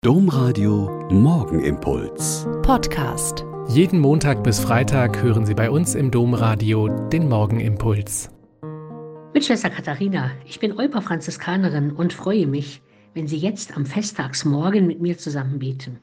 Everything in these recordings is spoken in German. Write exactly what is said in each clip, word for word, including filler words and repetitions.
Domradio Morgenimpuls Podcast. Jeden Montag bis Freitag hören Sie bei uns im Domradio den Morgenimpuls. Mit Schwester Katharina, ich bin Olper-Franziskanerin und freue mich, wenn Sie jetzt am Festtagsmorgen mit mir zusammen beten.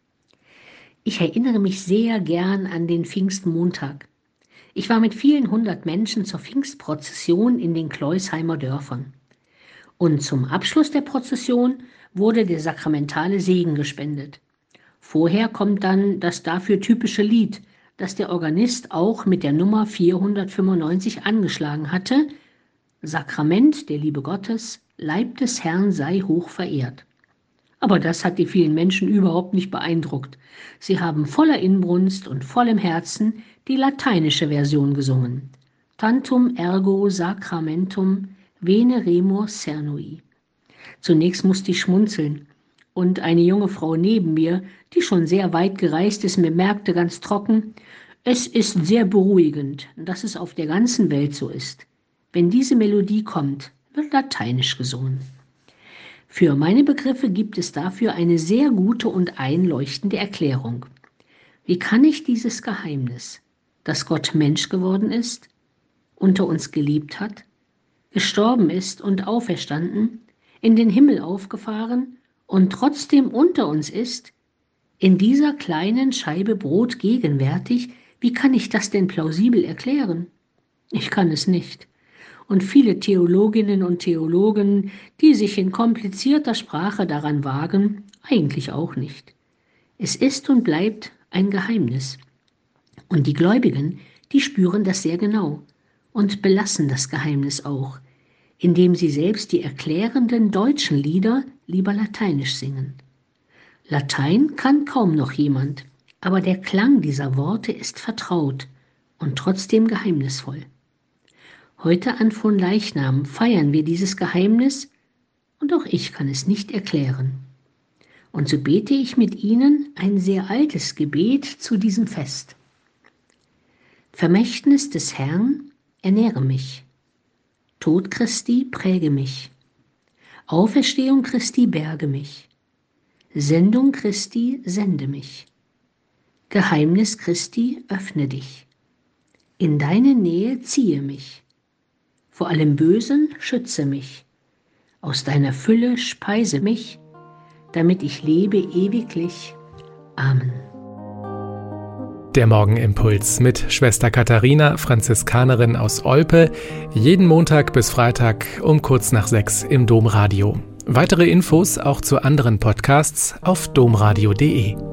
Ich erinnere mich sehr gern an den Pfingstmontag. Ich war mit vielen hundert Menschen zur Pfingstprozession in den Kleusheimer Dörfern. Und zum Abschluss der Prozession wurde der sakramentale Segen gespendet. Vorher kommt dann das dafür typische Lied, das der Organist auch mit der Nummer vierhundertfünfundneunzig angeschlagen hatte: Sakrament der Liebe Gottes, Leib des Herrn sei hoch verehrt. Aber das hat die vielen Menschen überhaupt nicht beeindruckt. Sie haben voller Inbrunst und vollem Herzen die lateinische Version gesungen. Tantum ergo sacramentum veneremur cernui. Zunächst musste ich schmunzeln und eine junge Frau neben mir, die schon sehr weit gereist ist, bemerkte ganz trocken: Es ist sehr beruhigend, dass es auf der ganzen Welt so ist. Wenn diese Melodie kommt, wird Lateinisch gesungen. Für meine Begriffe gibt es dafür eine sehr gute und einleuchtende Erklärung. Wie kann ich dieses Geheimnis, dass Gott Mensch geworden ist, unter uns geliebt hat, gestorben ist und auferstanden, in den Himmel aufgefahren und trotzdem unter uns ist, in dieser kleinen Scheibe Brot gegenwärtig, wie kann ich das denn plausibel erklären? Ich kann es nicht. Und viele Theologinnen und Theologen, die sich in komplizierter Sprache daran wagen, eigentlich auch nicht. Es ist und bleibt ein Geheimnis. Und die Gläubigen, die spüren das sehr genau und belassen das Geheimnis auch, indem sie selbst die erklärenden deutschen Lieder lieber lateinisch singen. Latein kann kaum noch jemand, aber der Klang dieser Worte ist vertraut und trotzdem geheimnisvoll. Heute an Fronleichnam feiern wir dieses Geheimnis und auch ich kann es nicht erklären. Und so bete ich mit Ihnen ein sehr altes Gebet zu diesem Fest. Vermächtnis des Herrn, ernähre mich. Tod Christi, präge mich. Auferstehung Christi, berge mich. Sendung Christi, sende mich. Geheimnis Christi, öffne dich. In deine Nähe ziehe mich. Vor allem Bösen schütze mich. Aus deiner Fülle speise mich, damit ich lebe ewiglich. Amen. Der Morgenimpuls mit Schwester Katharina, Franziskanerin aus Olpe, jeden Montag bis Freitag um kurz nach sechs im Domradio. Weitere Infos auch zu anderen Podcasts auf domradio punkt de.